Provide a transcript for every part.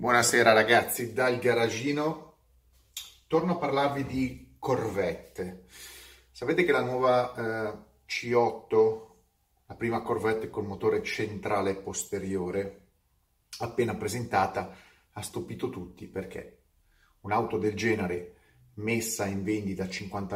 Buonasera ragazzi, dal garagino torno a parlarvi di Corvette. Sapete che la nuova C8, la prima Corvette col motore centrale posteriore, appena presentata, ha stupito tutti perché un'auto del genere messa in vendita a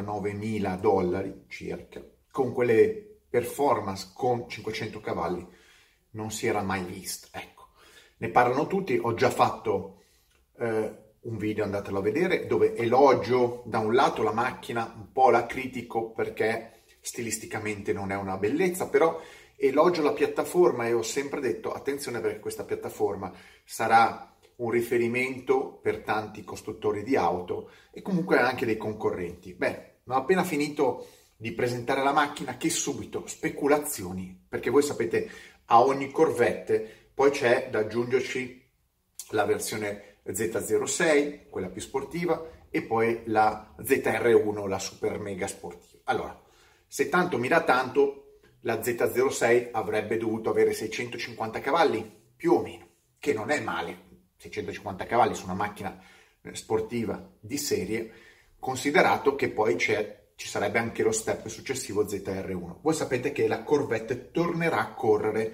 $59.000 circa, con quelle performance con 500 cavalli, non si era mai vista. Ecco. Ne parlano tutti, ho già fatto un video, andatelo a vedere, dove elogio da un lato la macchina, un po' la critico perché stilisticamente non è una bellezza, però elogio la piattaforma e ho sempre detto attenzione perché questa piattaforma sarà un riferimento per tanti costruttori di auto e comunque anche dei concorrenti. Beh, ho appena finito di presentare la macchina che subito speculazioni, perché voi sapete a ogni Corvette poi c'è da aggiungerci la versione Z06, quella più sportiva, e poi la ZR1, la super mega sportiva. Allora, se tanto mira tanto, la Z06 avrebbe dovuto avere 650 cavalli, più o meno, che non è male. 650 cavalli su una macchina sportiva di serie, considerato che poi ci sarebbe anche lo step successivo ZR1. Voi sapete che la Corvette tornerà a correre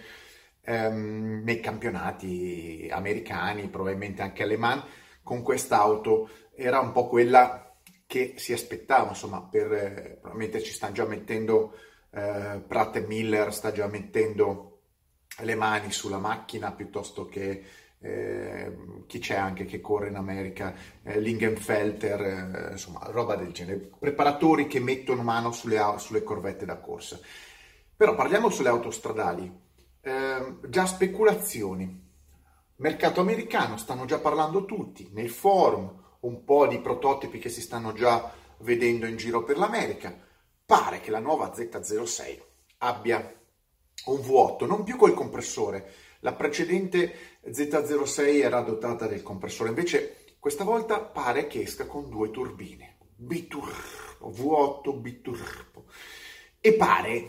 nei campionati americani, probabilmente anche a Le Mans, con quest'auto. Era un po' quella che si aspettava, insomma, probabilmente ci stanno già mettendo, Pratt Miller sta già mettendo le mani sulla macchina, piuttosto che chi c'è anche che corre in America, Lingenfelter, insomma, roba del genere, preparatori che mettono mano sulle corvette da corsa. Però parliamo sulle autostradali. Già speculazioni, mercato americano, stanno già parlando tutti, nei forum, un po' di prototipi che si stanno già vedendo in giro per l'America. Pare che la nuova Z06 abbia un vuoto, non più col compressore. La precedente Z06 era dotata del compressore, invece questa volta pare che esca con due turbine, biturbo, vuoto biturbo, e pare,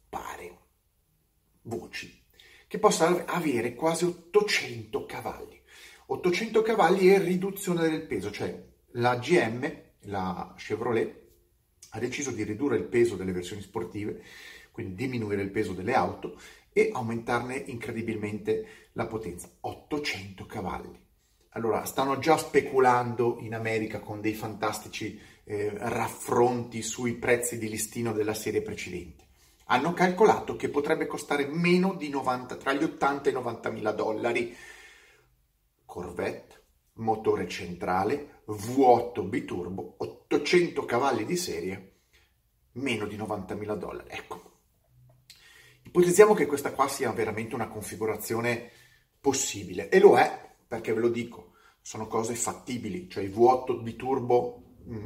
voci, che possa avere quasi 800 cavalli. 800 cavalli e riduzione del peso, cioè la GM, la Chevrolet, ha deciso di ridurre il peso delle versioni sportive, quindi diminuire il peso delle auto e aumentarne incredibilmente la potenza. 800 cavalli. Allora, stanno già speculando in America con dei fantastici raffronti sui prezzi di listino della serie precedente. Hanno calcolato che potrebbe costare meno di 90, tra gli 80 e i 90.000 dollari. Corvette, motore centrale, vuoto biturbo, 800 cavalli di serie, meno di 90.000 dollari. Ecco, ipotizziamo che questa qua sia veramente una configurazione possibile, e lo è, perché ve lo dico, sono cose fattibili, cioè i vuoto biturbo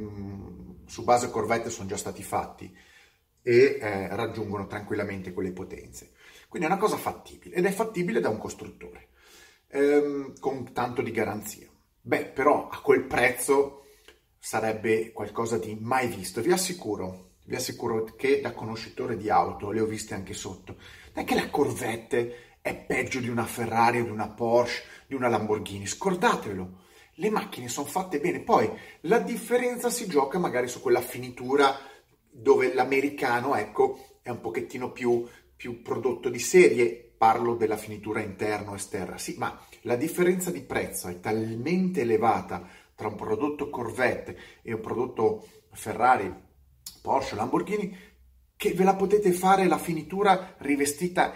su base Corvette sono già stati fatti e raggiungono tranquillamente quelle potenze. Quindi è una cosa fattibile, ed è fattibile da un costruttore, con tanto di garanzia. Beh, però a quel prezzo sarebbe qualcosa di mai visto. Vi assicuro che da conoscitore di auto, le ho viste anche sotto, non è che la Corvette è peggio di una Ferrari, di una Porsche, di una Lamborghini, scordatevelo. Le macchine sono fatte bene, poi la differenza si gioca magari su quella finitura dove l'americano, ecco, è un pochettino più prodotto di serie, parlo della finitura interno-esterna, sì, ma la differenza di prezzo è talmente elevata tra un prodotto Corvette e un prodotto Ferrari, Porsche, Lamborghini, che ve la potete fare la finitura rivestita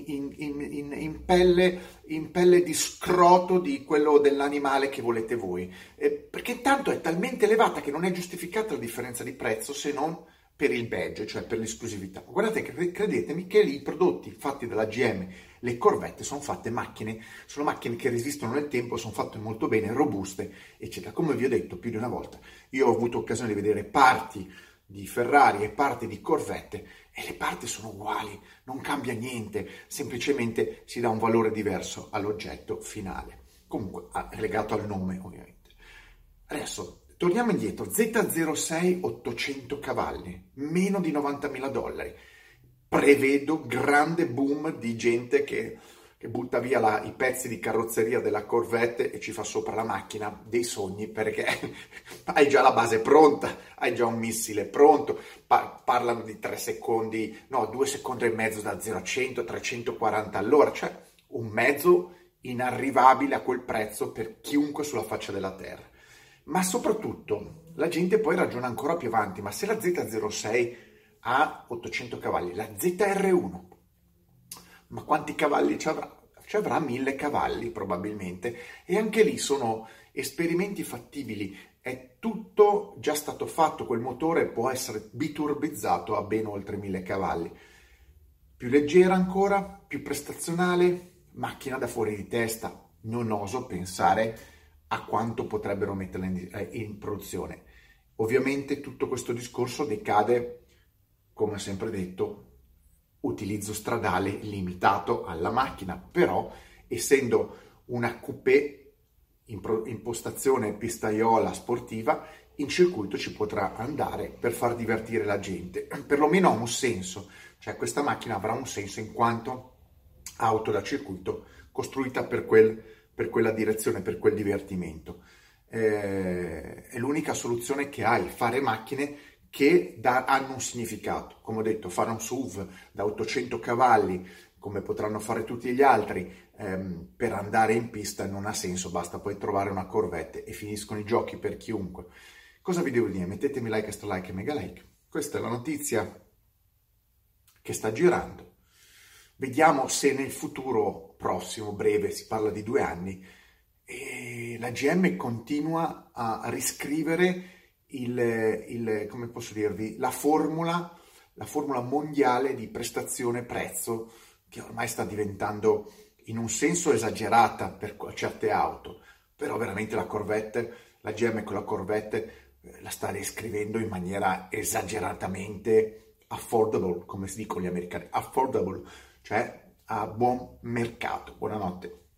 in pelle di scroto di quello dell'animale che volete voi, perché intanto è talmente elevata che non è giustificata la differenza di prezzo se non per il badge, cioè per l'esclusività. Guardate, credetemi che i prodotti fatti dalla GM, le Corvette, sono macchine che resistono nel tempo, sono fatte molto bene, robuste, eccetera. Come vi ho detto più di una volta, io ho avuto occasione di vedere parti di Ferrari e parti di Corvette e le parti sono uguali, non cambia niente, semplicemente si dà un valore diverso all'oggetto finale, comunque legato al nome ovviamente. Adesso torniamo indietro, Z06 800 cavalli, meno di 90.000 dollari. Prevedo grande boom di gente che che butta via i pezzi di carrozzeria della Corvette e ci fa sopra la macchina dei sogni, perché hai già la base pronta, hai già un missile pronto, parlano di 3 secondi, no, 2 secondi e mezzo da 0 a 100, 340 all'ora, cioè un mezzo inarrivabile a quel prezzo per chiunque sulla faccia della terra. Ma soprattutto la gente poi ragiona ancora più avanti, ma se la Z06 ha 800 cavalli, la ZR1, ma quanti cavalli ci avrà? Ci avrà 1000 cavalli probabilmente, e anche lì sono esperimenti fattibili, è tutto già stato fatto, quel motore può essere biturbizzato a ben oltre 1000 cavalli. Più leggera ancora, più prestazionale, macchina da fuori di testa, non oso pensare a quanto potrebbero metterla in produzione. Ovviamente tutto questo discorso decade, come ho sempre detto, utilizzo stradale limitato alla macchina, però essendo una coupé impostazione pistaiola sportiva, in circuito ci potrà andare per far divertire la gente, perlomeno ha un senso, cioè questa macchina avrà un senso in quanto auto da circuito costruita per quella direzione, per quel divertimento. È l'unica soluzione che hai, fare macchine che hanno un significato. Come ho detto, fare un SUV da 800 cavalli, come potranno fare tutti gli altri, per andare in pista non ha senso, basta poi trovare una Corvette e finiscono i giochi per chiunque. Cosa vi devo dire? Mettetemi like, stralike e mega like. Questa è la notizia che sta girando. Vediamo se nel futuro prossimo, breve, si parla di 2 anni, e la GM continua a riscrivere come posso dirvi, la formula mondiale di prestazione-prezzo, che ormai sta diventando in un senso esagerata per certe auto, però veramente la GM con la Corvette la sta riscrivendo in maniera esageratamente affordable, come si dicono gli americani, affordable, cioè a buon mercato. Buonanotte.